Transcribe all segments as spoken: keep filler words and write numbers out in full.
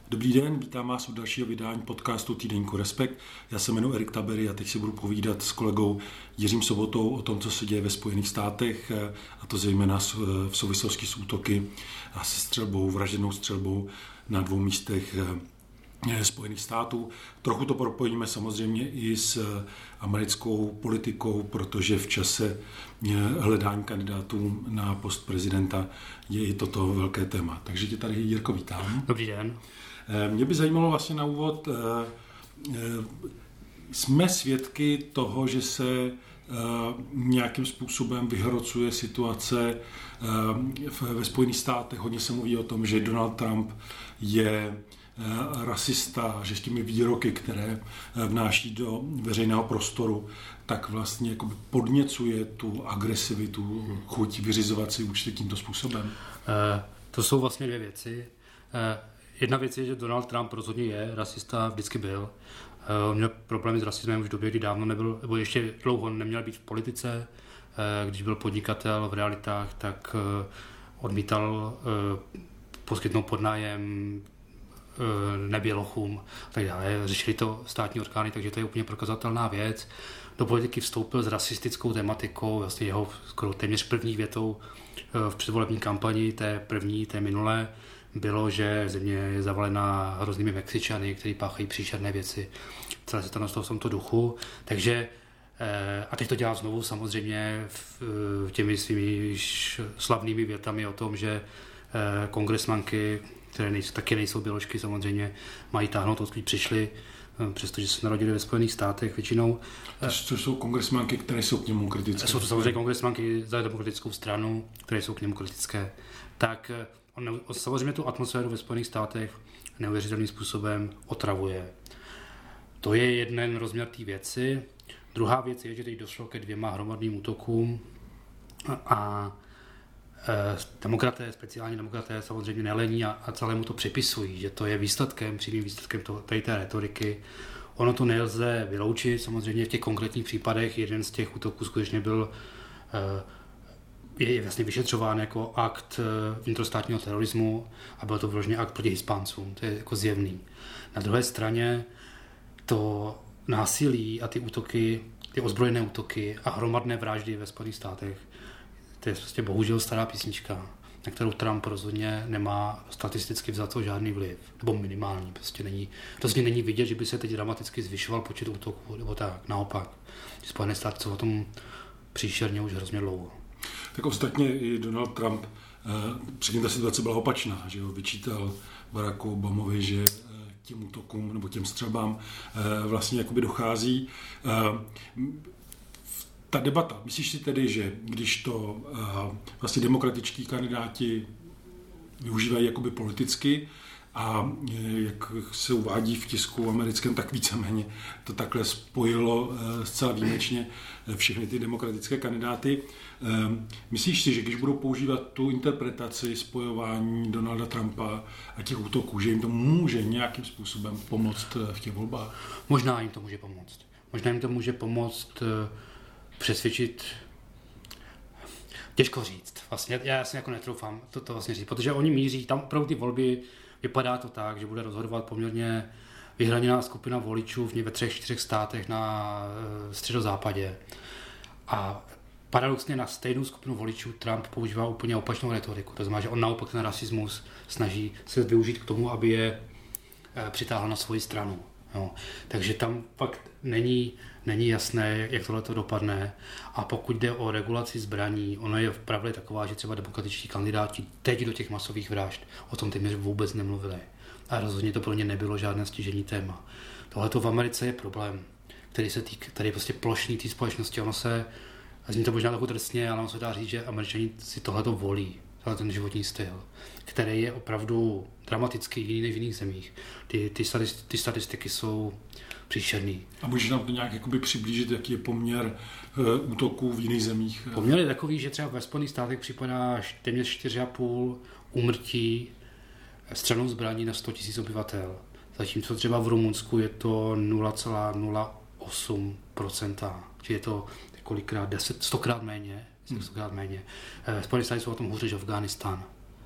Dobrý den, vítám vás u dalšího vydání podcastu Týdeníku Respekt. Já se jmenuji Erik Tabery a teď si budu povídat s kolegou Jiřím Sobotou o tom, co se děje ve Spojených státech, a to zejména v souvislosti s útoky a se střelbou, vražednou střelbou na dvou místech Spojených států. Trochu to propojíme samozřejmě i s americkou politikou, protože v čase hledání kandidátů na post prezidenta je i toto velké téma. Takže tě tady, Jirko, vítám. Dobrý den. Mě by zajímalo vlastně na úvod, jsme svědky toho, že se nějakým způsobem vyhrocuje situace ve Spojených státech. Hodně se mluví o tom, že Donald Trump je rasista, že s těmi výroky, které vnáší do veřejného prostoru, tak vlastně jako podněcuje tu agresivitu, chuť vyřizovat si účty tímto způsobem. Uh, to jsou vlastně dvě věci. Uh, jedna věc je, že Donald Trump rozhodně je rasista, vždycky byl. Uh, on měl problémy s rasismem už v době, kdy dávno nebyl, nebo ještě dlouho neměl být v politice. Uh, když byl podnikatel v realitách, tak uh, odmítal uh, poskytnout podnájem nebělochům a tak dále. Řešili to státní orgány, takže to je úplně prokazatelná věc. Do politiky vstoupil s rasistickou tematikou, vlastně jeho skoro téměř první větou v předvolební kampani, té první, té minulé, bylo, že země je zavalená hroznými Mexičany, kteří páchají příšerné věci. Celé se to nastalo v tomto duchu. Takže a teď to dělá znovu samozřejmě v těmi svými slavnými větami o tom, že kongresmanky, které nejsou, taky nejsou běložky, samozřejmě mají táhnout, odkud přišli, přestože se narodili ve Spojených státech většinou. To jsou kongresmanky, které jsou k němu kritické. Jsou to samozřejmě kongresmanky za demokratickou stranu, které jsou k němu kritické. Tak on, on samozřejmě tu atmosféru ve Spojených státech neuvěřitelným způsobem otravuje. To je jeden rozměr té věci. Druhá věc je, že teď došlo ke dvěma hromadným útokům a demokraté, speciální demokraté samozřejmě nelení a, a celému to připisují, že to je výsledkem, přímým výsledkem toho, tady té retoriky. Ono to nelze vyloučit, samozřejmě v těch konkrétních případech jeden z těch útoků skutečně byl je vlastně vyšetřován jako akt vnitrostátního terorismu a byl to vyloženě akt proti Hispáncům, to je jako zjevný. Na druhé straně to násilí a ty útoky, ty ozbrojené útoky a hromadné vraždy ve Spojených státech, to je prostě bohužel stará písnička, na kterou Trump rozhodně nemá statisticky vzato žádný vliv, nebo minimální, prostě není, rozhodně není vidět, že by se teď dramaticky zvyšoval počet útoků, nebo tak, naopak. Spojené státy jsou o tom příšerně už hrozně dlouho. Tak ostatně i Donald Trump, eh, předtím ta situace byla opačná, že ho vyčítal Baracku Obamovi, že eh, těm útokům nebo těm střelbám eh, vlastně jakoby dochází. Eh, Ta debata, myslíš si tedy, že když to uh, vlastně demokratičtí kandidáti využívají jakoby politicky a jak se uvádí v tisku americkém, tak víceméně to takhle spojilo uh, zcela výjimečně všechny ty demokratické kandidáty. Uh, myslíš si, že když budou používat tu interpretaci spojování Donalda Trumpa a těch útoků, že jim to může nějakým způsobem pomoct v těch volbách? Možná jim to může pomoct. Možná jim to může pomoct uh... přesvědčit, těžko říct. Vlastně já si jako netroufám to, to vlastně říct, protože oni míří, tam pro ty volby vypadá to tak, že bude rozhodovat poměrně vyhraněná skupina voličů ve třech, čtyřech státech na e, středozápadě. A paradoxně na stejnou skupinu voličů Trump používá úplně opačnou retoriku. To znamená, že on naopak ten rasismus snaží se využít k tomu, aby je e, přitáhl na svoji stranu. No, takže tam fakt není, není jasné, jak tohle to dopadne. A pokud jde o regulaci zbraní, ono je pravda taková, že třeba demokratičtí kandidáti teď do těch masových vražd o tom téměř vůbec nemluvili. A rozhodně to pro ně nebylo žádné stěžení téma. Tohle v Americe je problém, který se týká, který je prostě plošný té společnosti. Ono se, zní to možná trochu drsně, ale ono se dá říct, že Američani si tohleto volí. Ten životní styl, který je opravdu dramatický jiný než v jiných zemích. Ty, ty, statist, ty statistiky jsou příšerný. A můžeš nám to nějak jakoby přiblížit, jaký je poměr uh, útoků v jiných zemích? Poměr je takový, že třeba ve Spojených státech připadá téměř čtyři a půl úmrtí střelnou zbraní na sto tisíc obyvatel. Zatímco třeba v Rumunsku je to nula celá nula osm procenta. Či je to kolikrát deset, stokrát méně. stokrát méně. Spojené státy jsou o tom hůře, že Afghánistán.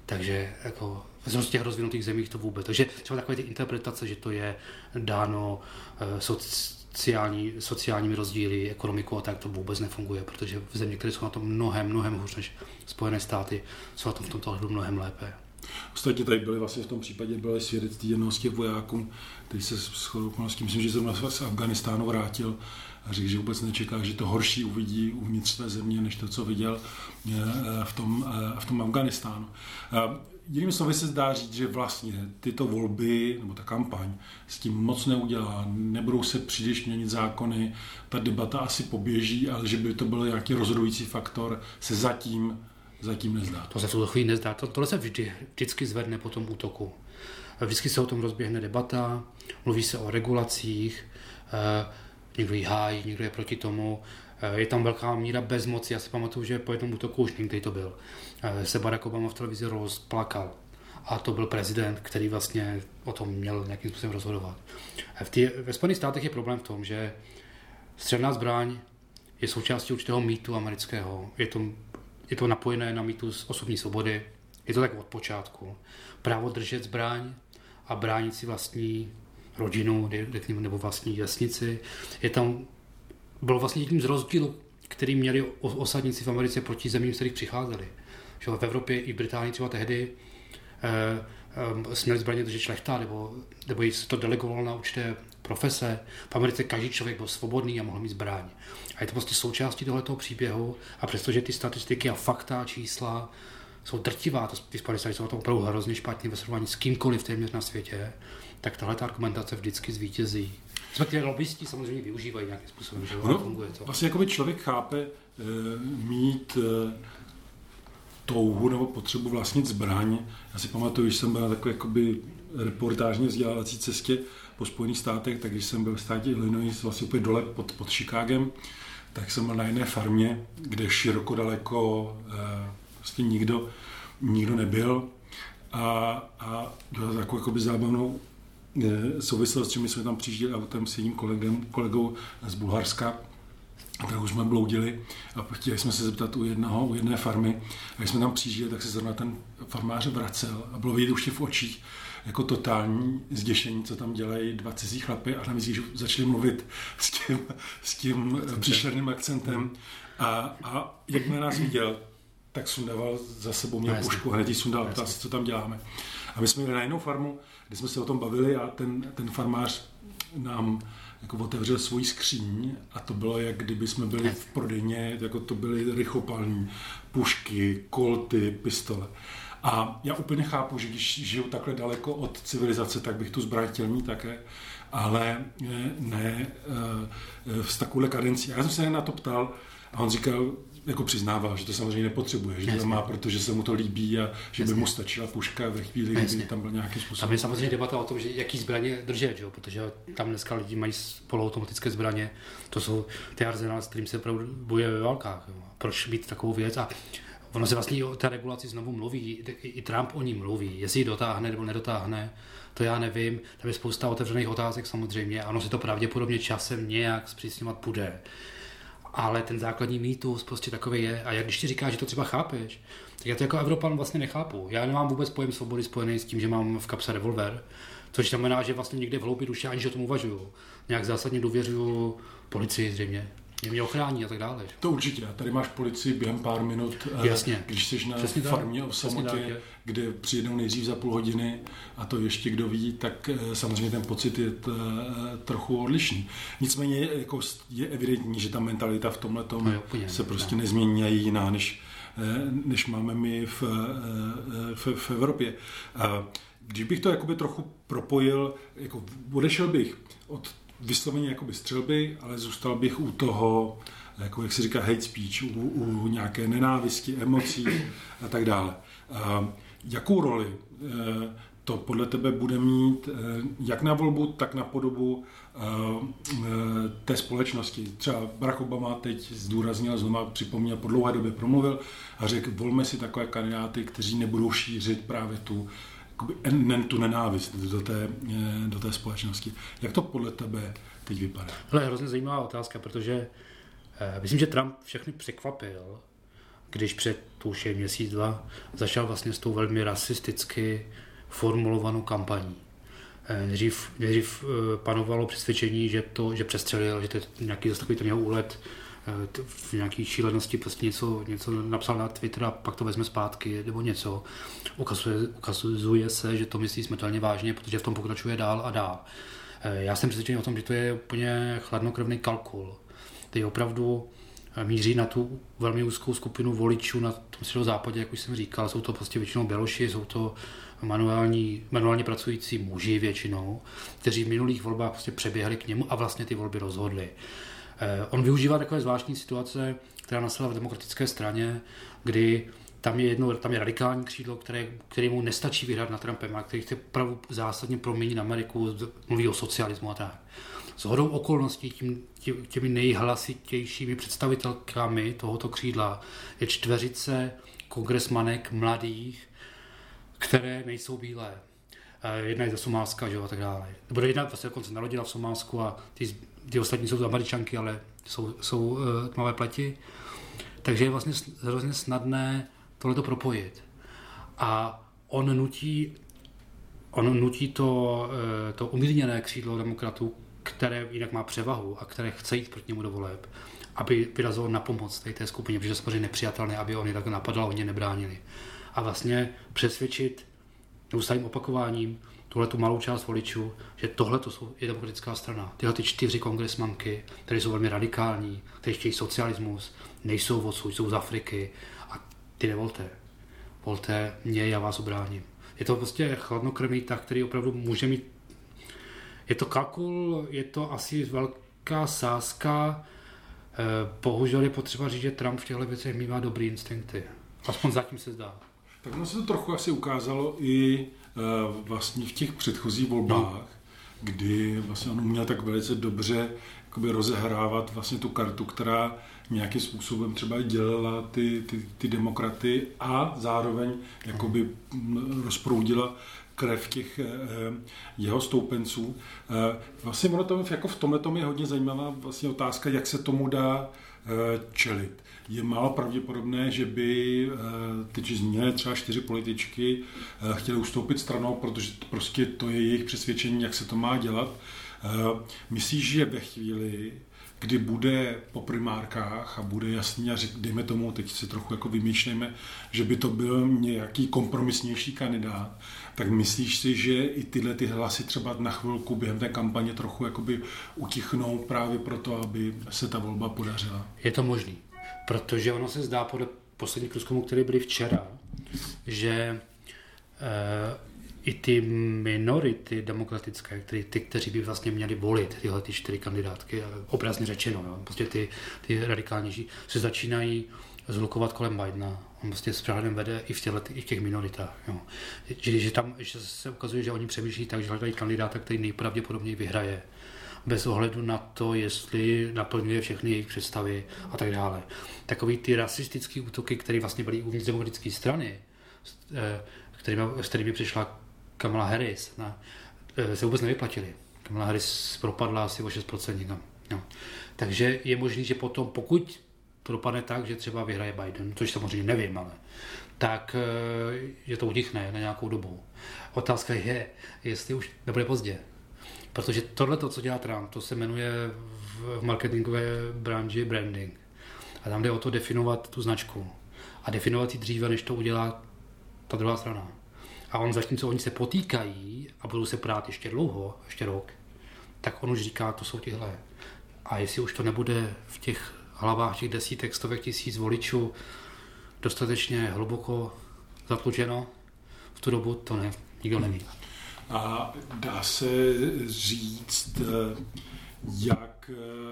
Takže jako z těch rozvinutých zemích to vůbec. Takže třeba takové ty interpretace, že to je dáno uh, sociální, sociálními rozdíly, ekonomikou a tak, to vůbec nefunguje, protože v země, které jsou na tom mnohem, mnohem hůř než Spojené státy, jsou na tom v tomto ohledu mnohem lépe. Ostatně tady byly vlastně v tom případě byly svědectví jednoho z těch vojáků, který se shodou okolností, myslím, že jsem z Afganistánu vrátil a řekl, že vůbec nečeká, že to horší uvidí uvnitř své země, než to, co viděl v tom, v tom Afganistánu. Jinými slovy se zdá říct, že vlastně tyto volby, nebo ta kampaň s tím moc neudělá, nebudou se příliš měnit zákony, ta debata asi poběží, ale že by to byl nějaký rozhodující faktor, se zatím Zatím nezdá. To se v tuto chvíli nezdá. To, tohle se vždy, vždycky zvedne po tom útoku. Vždycky se o tom rozběhne debata, mluví se o regulacích, někdo ji hájí, někdo je proti tomu. Je tam velká míra bezmoci. Já si pamatuju, že po jednom útoku, už někdy to byl, se Barack Obama v televizi rozplakal. A to byl prezident, který vlastně o tom měl nějakým způsobem rozhodovat. V tý, ve Spojených státech je problém v tom, že střelná zbraň je součástí určitého mýtu amerického. Je to Je to napojené na mýtus osobní svobody. Je to tak od počátku. Právo držet zbraň a bránit si vlastní rodinu nebo vlastní vesnici. Je tam, bylo vlastně jedním z rozdílů, který měli osadníci v Americe proti zemím, z kterých přicházeli. Že v Evropě i v Británii třeba tehdy eh, eh, směli zbraně držet šlechta, nebo, nebo se to delegovalo na určité profese. V Americe každý člověk byl svobodný a mohl mít zbraň. A je to prostě součástí tohoto příběhu a přestože ty statistiky a fakta, čísla jsou drtivá, to ty Spojené státy jsou na tom opravdu hrozně špatně ve srovnání s kýmkoliv téměř na světě, tak tahle ta argumentace vždycky zvítězí. Respektive lobbysti samozřejmě využívají nějakým způsobem, že no, funguje to. Vlastně jakoby člověk chápe e, mít e, touhu nebo potřebu vlastnit zbraň. Já si pamatuju, že jsem byl na takové jakoby reportážně vzdělávací cestě po Spojených státech, tak když jsem byl v státě Illinois, vlastně úplně dole pod, pod Chicagem, tak jsem byl na jedné farmě, kde široko daleko e, vlastně nikdo, nikdo nebyl. A, a byla takovou jakoby zábavnou e, souvislost, že my jsme tam přijížděli autem s jedním kolegem, kolegou z Bulharska, a tak už jsme bloudili a chtěli jsme se zeptat u jednoho, u jedné farmy. A když jsme tam přijížděli, tak se zrovna ten farmář vracel a bylo vidět už v očích jako totální zděšení, co tam dělají dva cizí chlapy a navíc, když začali mluvit s tím, s tím příšerným akcentem a, a jakmile nás viděl, tak sundával za sebou, měl pušku, hned jí sundal, ptal se, co tam děláme. A my jsme jeli na jinou farmu, kde jsme se o tom bavili a ten, ten farmář nám jako otevřel svůj skříň a to bylo, jak kdyby jsme byli v prodejně, jako to byly rychlopalní pušky, kolty, pistole. A já úplně chápu, že když žiju takhle daleko od civilizace, tak bych tu zbraň chtěl mít také, ale ne s takovou kadencí. Já jsem se na to ptal a on říkal, jako přiznával, že to samozřejmě nepotřebuje, že to má, protože se mu to líbí a že Jasně. by mu stačila puška ve chvíli, kdy tam byl nějaký způsob. Tam je samozřejmě debata o tom, že jaký zbraně držet, že? Protože tam dneska lidi mají poloautomatické zbraně, to jsou ty arzenály, s kterým se bojuje ve válkách. Jo? Proč mít takovou věc? A ono se vlastně o té regulaci znovu mluví, i Trump o ní mluví, jestli ji dotáhne nebo nedotáhne, to já nevím, tam je spousta otevřených otázek samozřejmě a ono se to pravděpodobně časem nějak zpřísňovat bude. Ale ten základní mýtus prostě takový je. A jak když ti říkáš, že to třeba chápeš, tak já to jako Evropan vlastně nechápu. Já nemám vůbec pojem svobody spojený s tím, že mám v kapse revolver, což znamená, že vlastně někde v hloubi duše, aniž o tom uvažuju. Nějak zásadně důvěřuju policii zřejmě. Mě ochrání a tak dále. To určitě. Tady máš policii během pár minut, Jasně. Když jsi na Přesně farmě o samotě, kde přijedou nejdřív za půl hodiny a to ještě kdo ví, tak samozřejmě ten pocit je t, trochu odlišný. Nicméně jako je evidentní, že ta mentalita v tomhletom no, se prostě ne. nezmění a je jiná, než, než máme my v, v, v Evropě. Když bych to jakoby trochu propojil, jako odešel bych od vysloveně jakoby střelby, ale zůstal bych u toho, jako jak se říká hate speech, u, u nějaké nenávisti, emocí a tak dále. A jakou roli to podle tebe bude mít jak na volbu, tak na podobu té společnosti? Třeba Barack Obama teď zdůraznil, znovu připomněl, po dlouhé době promluvil a řekl, volme si takové kandidáty, kteří nebudou šířit právě tu tu nenávist do té, do té společnosti. Jak to podle tebe teď vypadá? To je hrozně zajímavá otázka, protože eh, myslím, že Trump všechny překvapil když před tuším měsíc, dva, začal vlastně s tou velmi rasisticky formulovanou kampaní. Nejdřív, nejdřív panovalo přesvědčení, že to, že přestřelil, že to je nějaký zase takový ten jeho úlet v nějaký šílenosti, prostě něco, něco napsal na Twitter a pak to vezme zpátky nebo něco. Ukazuje, ukazuje se, že to myslí smrtelně vážně, protože v tom pokračuje dál a dál. Já jsem přesvědčený o tom, že to je úplně chladnokrevný kalkul. Ty opravdu míří na tu velmi úzkou skupinu voličů na tom středozápadě, jak už jsem říkal. Jsou to prostě většinou Běloši, jsou to manuální, manuálně pracující muži většinou, kteří v minulých volbách prostě přeběhli k němu a vlastně ty volby rozhodli. On využívá takové zvláštní situace, která nastala v demokratické straně, kdy tam je, jedno, tam je radikální křídlo, které, který mu nestačí vyhrát na Trumpem, a který chce opravdu zásadně proměnit Ameriku, mluví o socialismu a tak. Shodou okolností tím, těmi nejhlasitějšími představitelkami tohoto křídla je čtveřice kongresmanek mladých, které nejsou bílé. Jedna je ze Somálska, že, a tak dále. Bude jedna vlastně dokonce narodila v Somálsku a ty, ty ostatní jsou Američanky, ale jsou, jsou uh, tmavé pleti. Takže je vlastně hrozně snadné tohleto propojit. A on nutí, on nutí to, uh, to umírněné křídlo demokratů, které jinak má převahu a které chce jít proti němu do voleb, aby vyrazilo na pomoc té, té skupině, protože je samozřejmě nepřijatelné, aby oni tak napadl a oni nebránili. A vlastně přesvědčit neustálým opakováním tuhletu malou část voličů, že tohle je demokratická strana. Tyhle ty čtyři kongresmanky, které jsou velmi radikální, které chtějí socialismus, nejsou odsud, jsou z Afriky a ty nevolte. Volte mě, já vás obráním. Je to prostě chladnokrevný tah, který opravdu může mít. Je to kalkul, je to asi velká sázka. Bohužel je potřeba říct, že Trump v těchto věcech mívá dobrý instinkty. Aspoň zatím se zdá. Tak ono se to trochu asi ukázalo i uh, vlastně v těch předchozích volbách, no. Kdy vlastně on uměl tak velice dobře jakoby rozehrávat vlastně tu kartu, která nějakým způsobem třeba dělala ty, ty, ty demokraty a zároveň jakoby rozproudila krev těch eh, jeho stoupenců. Eh, vlastně ono tam jako v tomhle tom je hodně zajímavá vlastně otázka, jak se tomu dá eh, čelit. Je málo pravděpodobné, že by eh, teď zmíněné třeba čtyři političky eh, chtěly ustoupit stranou, protože prostě to je jejich přesvědčení, jak se to má dělat. Eh, myslíš, že ve chvíli, kdy bude po primárkách a bude jasný a řek, dejme tomu, teď si trochu jako vymýšlejme, že by to byl nějaký kompromisnější kandidát, tak myslíš si, že i tyhle ty hlasy třeba na chvilku během té kampaně trochu jakoby utichnou právě proto, aby se ta volba podařila? Je to možný, protože ono se zdá podle posledních průzkumů, které byly včera, že eh, i ty minority demokratické, ty, ty, kteří by vlastně měli volit tyhle ty čtyři kandidátky, obrazně řečeno, jo, prostě ty, ty radikálnější, se začínají zhlukovat kolem Bidena. On prostě s přehledem vede i v, těchto, i v těch minoritách. Jo. Že, že tam že se ukazuje, že oni přemýšlí tak, že hledají kandidáta, který nejpravděpodobněji vyhraje. Bez ohledu na to, jestli naplňuje všechny jejich představy a tak dále. Takový ty rasistické útoky, které vlastně byly uvnitř demokratické strany, kterými, s kterými přišla Kamala Harris, ne, se vůbec nevyplatili. Kamala Harris propadla asi o šest procent někam. No. Takže je možný, že potom, pokud to dopadne tak, že třeba vyhraje Biden, což samozřejmě nevím, ale tak, že to utichne na nějakou dobu. Otázka je, jestli už nebude pozdě. Protože tohle, co dělá Trump, to se jmenuje v marketingové branži branding. A tam jde o to definovat tu značku. A definovat ji dříve, než to udělá ta druhá strana. A on zatímco oni se potýkají a budou se prát ještě dlouho, ještě rok, tak on už říká, to jsou tihle. A jestli už to nebude v těch hlavách těch desítek, stovek tisíc voličů dostatečně hluboko zatlučeno, v tu dobu to ne, nikdo neví. A dá se říct, jak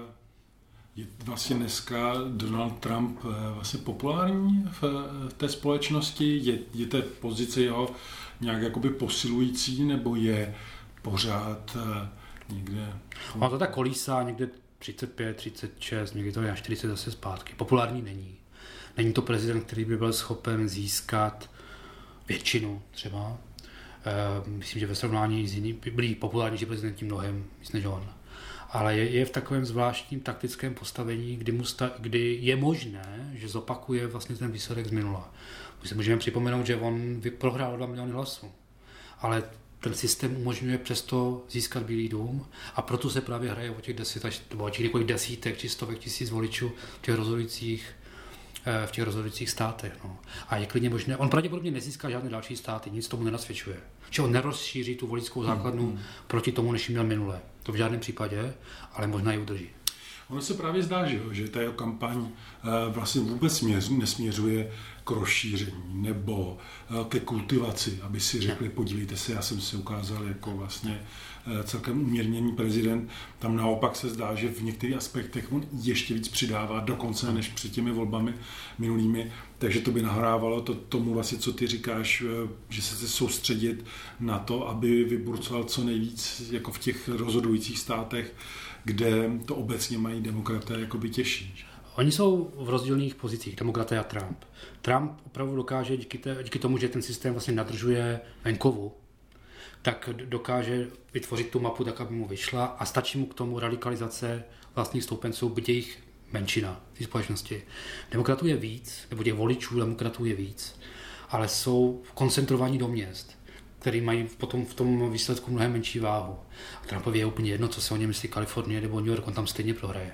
je vlastně dneska Donald Trump vlastně populární v té společnosti? Je, je té pozice jeho nějak jakoby posilující, nebo je pořád někde? On to tak kolísá někde třicet pět, třicet šest, někdy to je na čtyřicet zase zpátky. Populární není. Není to prezident, který by byl schopen získat většinu třeba. Myslím, že ve srovnání s jinými byli populárnější prezidenti mnohem víc než on. ale je, je v takovém zvláštním taktickém postavení, kdy, mu sta, kdy je možné, že zopakuje vlastně ten výsledek z minula. My si můžeme připomenout, že on prohrál o dva miliony hlasů, ale ten systém umožňuje přesto získat Bílý dům a proto se právě hraje o těch deset až o těch několik desítek či stovek tisíc voličů v těch rozhodujících v těch rozhodujících státech. No. A je klidně možné, on pravděpodobně nezíská žádné další státy, nic tomu nenasvědčuje. Že on nerozšíří tu voličskou základnu hmm. proti tomu, než měl minule. To v žádném případě, ale možná ji udrží. Ono se právě zdá, že, že ta jeho kampaň vlastně vůbec nesměřuje k rozšíření nebo ke kultivaci, aby si řekli, podívejte se, já jsem si ukázal jako vlastně celkem umírněný prezident. Tam naopak se zdá, že v některých aspektech on ještě víc přidává dokonce než před těmi volbami minulými, takže to by nahrávalo to, tomu vlastně, co ty říkáš, že se chce soustředit na to, aby vyburcoval co nejvíc jako v těch rozhodujících státech, kde to obecně mají demokraté jakoby těžší. Oni jsou v rozdílných pozicích, demokraté a Trump. Trump opravdu dokáže díky, te, díky tomu, že ten systém vlastně nadržuje venkovu, tak dokáže vytvořit tu mapu tak, aby mu vyšla a stačí mu k tomu radikalizace vlastních stoupenců, byť jejich menšina v té společnosti. Demokratů je víc, nebo těch voličů demokratů je víc, ale jsou koncentrovaní do měst, který mají potom v tom výsledku mnohem menší váhu. A Trumpovi je úplně jedno, co se o něm myslí Kalifornie nebo New York, on tam stejně prohraje.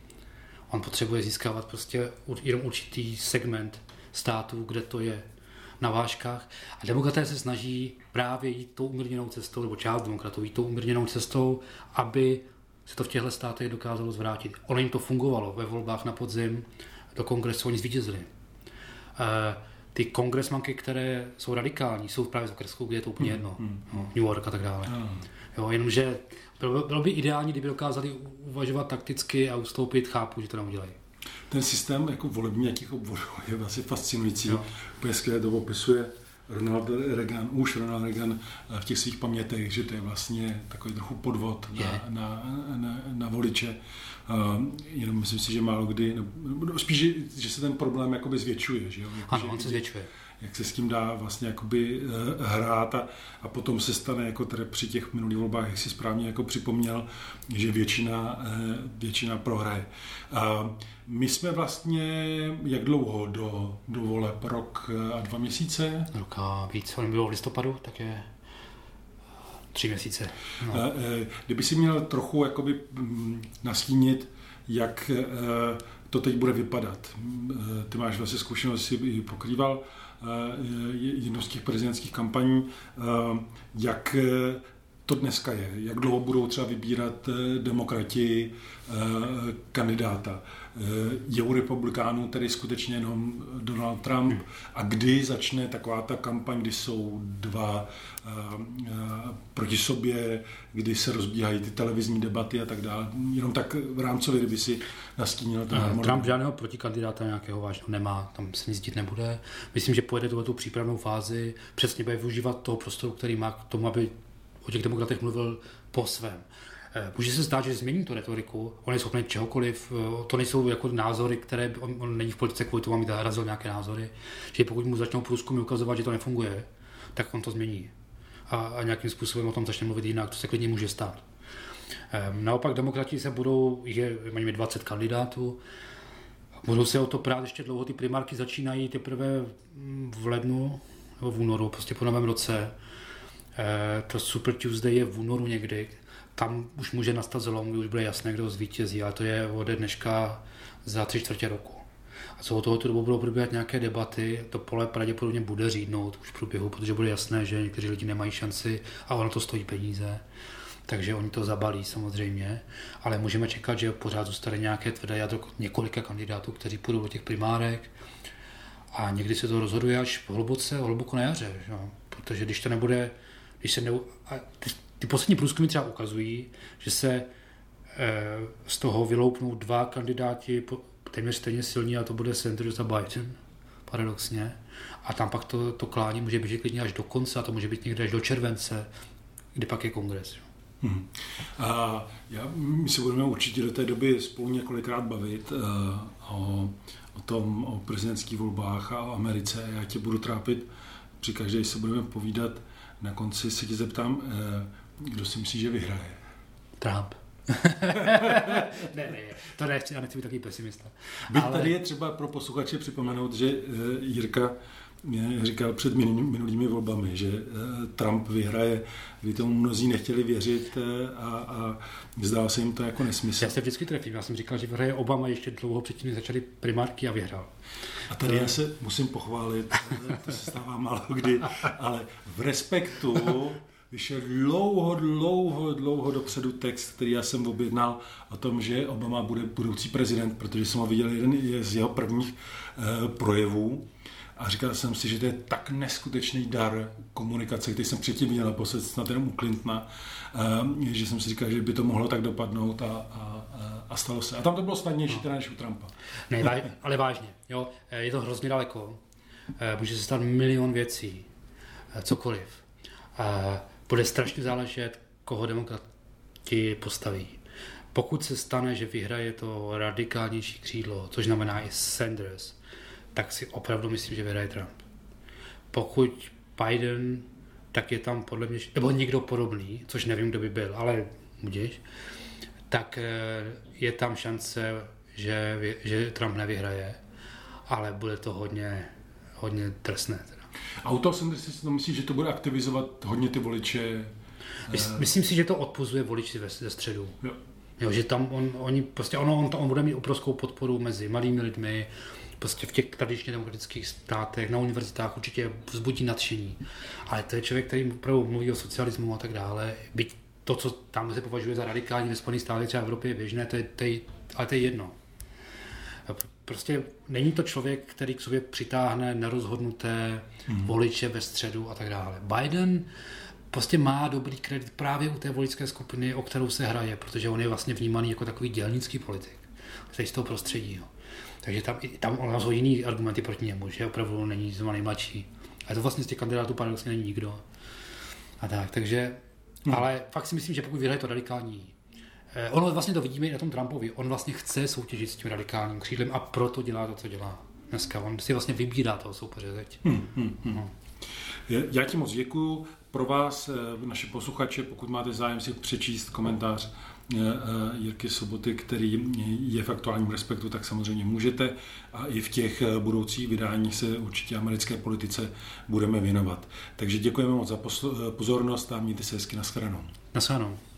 On potřebuje získávat prostě jenom určitý segment států, kde to je na vážkách. A demokraté se snaží právě jít tou umírněnou cestou, nebo část demokratů jít tou umírněnou cestou, aby se to v těchto státech dokázalo zvrátit. Ono jim to fungovalo ve volbách na podzim do kongresu, oni zvítězili. E, ty kongresmanky, které jsou radikální, jsou právě z okresku, kde je to úplně jedno. Mm, mm. New York a tak dále. Mm. Jo, jenomže bylo, bylo by ideální, kdyby dokázali uvažovat takticky a ustoupit, chápu, že to neudělají. Ten systém jako volební jakých obvodů je vlastně fascinující. Úplně skvěle to opisuje Ronald Reagan, už Ronald Reagan v těch svých pamětech, že to je vlastně takový trochu podvod na, na, na, na voliče. Uh, jenom myslím si, že málo kdy, no, spíš, že se ten problém jakoby zvětšuje. Že jo? Jako, ano, že, on se zvětšuje. Jak se s tím dá vlastně jakoby uh, hrát a, a potom se stane jako tady při těch minulých volbách, jak si správně jako připomněl, že většina, uh, většina prohraje. Uh, my jsme vlastně jak dlouho do, do voleb? Rok a dva měsíce? Rok a víc, on bylo v listopadu, tak je tři měsíce. No. Uh, uh, kdyby si měl trochu jakoby nastínit, jak uh, to teď bude vypadat. Uh, ty máš vlastně zkušenost, si pokrýval uh, jednu z těch prezidentských kampaní, uh, jak to dneska je, jak dlouho budou třeba vybírat demokrati kandidáta. Je u republikánů tedy skutečně jenom Donald Trump a kdy začne taková ta kampaň, kdy jsou dva proti sobě, kdy se rozbíhají ty televizní debaty a tak dále. Jenom tak v rámcově, kdyby si nastínil ten harmonogram. Trump žádného protikandidáta nějakého vážného nemá, tam se nic dít nebude. Myslím, že pojede tu přípravnou fázi, přesně bude využívat toho prostoru, který má k tomu, aby o těch demokratech mluvil po svém. Může se zdát, že změní tu retoriku, on je schopný čehokoliv, to nejsou jako názory, které, on, on není v politice kvůli tomu, aby zarazil nějaké názory, že pokud mu začnou průzkumy ukazovat, že to nefunguje, tak on to změní. A, a nějakým způsobem o tom začne mluvit jinak, to se klidně může stát. Naopak demokrati se budou, je, mají dvacet kandidátů, budou se o to prát ještě dlouho, ty primárky začínají teprve v lednu nebo v únoru, prostě po novém roce. To Super Tuesday je v únoru někdy, tam už může nastat zlom, kdy už bude jasné, kdo zvítězí, ale to je ode dneška za tři čtvrtě roku. A co od tohoto dobu budou probíhat nějaké debaty, to pole pravděpodobně bude řídnout už v průběhu, protože bude jasné, že někteří lidi nemají šanci a ono to stojí peníze, takže oni to zabalí samozřejmě, ale můžeme čekat, že pořád zůstane nějaké tvrdé jádro několika kandidátů, kteří půjdou do těch primárek a někdy se to rozhoduje až hluboce, hluboko na jaře, že? Protože když to nebude Když se ne... ty, ty poslední průzkumy třeba ukazují, že se e, z toho vyloupnou dva kandidáti téměř stejně silní a to bude Sanders a Biden, paradoxně. A tam pak to, to klání může být klidně až do konce a to může být někde až do července, kdy pak je kongres. Hmm. A já, my se budeme určitě do té doby spolu několikrát bavit uh, o, o tom, o prezidentských volbách a o Americe. Já tě budu trápit při každé, se budeme povídat. Na konci se tě zeptám, kdo si myslí, že vyhraje? Trump. ne, ne, to nechci, já nechci být takový pesimista. Byť ale... tady je třeba pro posluchače připomenout, že Jirka říkal před minulými volbami, že Trump vyhraje, kdy tomu mnozí nechtěli věřit a, a zdál se jim to jako nesmysl. Já se vždycky trefím, já jsem říkal, že vyhraje Obama ještě dlouho předtím, než začaly primárky a vyhrál. A tady to... já se musím pochválit, to se stává málo kdy, ale v Respektu vyšel dlouho, dlouho, dlouho dopředu text, který já jsem objednal o tom, že Obama bude budoucí prezident, protože jsem ho viděl jeden z jeho prvních uh, projevů. A říkal jsem si, že to je tak neskutečný dar komunikace, který jsem předtím viděl naposled snad jenom u Clintona, že jsem si říkal, že by to mohlo tak dopadnout a, a, a stalo se. A tam to bylo snadnější no. teda než u Trumpa. Ne, váž, ale vážně, jo, je to hrozně daleko. Může se stát milion věcí, cokoliv. Bude strašně záležet, koho demokrati postaví. Pokud se stane, že vyhraje to radikálnější křídlo, což znamená i Sanders, tak si opravdu myslím, že vyhraje Trump. Pokud Biden, tak je tam podle mě, nebo někdo podobný, což nevím, kdo by byl, ale budíš, tak je tam šance, že, že Trump nevyhraje, ale bude to hodně, hodně drsné. Teda. A u toho Sanders si to myslíš, že to bude aktivizovat hodně ty voliče? Myslím si, že to odpuzuje voliči ze středu. Jo. Jo, že tam on, oni, prostě ono, on, to, on bude mít obrovskou podporu mezi malými lidmi, prostě v těch tradičně demokratických státech, na univerzitách určitě vzbudí nadšení. Ale to je člověk, který opravdu mluví o socialismu a tak dále. Byť to, co tam se považuje za radikální ve Spojených státech, třeba v Evropě je běžné, to je, to je, ale to je jedno. Prostě není to člověk, který k sobě přitáhne nerozhodnuté hmm. voliče ve středu a tak dále. Biden prostě má dobrý kredit právě u té voličské skupiny, o kterou se hraje, protože on je vlastně vnímaný jako takový dělnický politik, který z toho prostředí. Jo. Takže tam, tam on jsou jiný argumenty proti němu, že opravdu není zrovna nejmladší. A to vlastně z těch kandidátů paradoxně není nikdo. A tak, takže, hmm. ale fakt si myslím, že pokud vyhraje to radikální, eh, ono vlastně to vidíme i na tom Trumpovi, on vlastně chce soutěžit s tím radikálním křídlem a proto dělá to, co dělá dneska. On si vlastně vybírá toho soupeře teď. Hmm, hmm, hmm. No. Já ti moc děkuju. Pro vás, naši posluchače, pokud máte zájem si přečíst komentář Jirky Soboty, který je v Aktuálním Respektu, tak samozřejmě můžete. A i v těch budoucích vydáních se určitě americké politice budeme věnovat. Takže děkujeme moc za pozornost a mějte se hezky. Nashledanou. Nashledanou.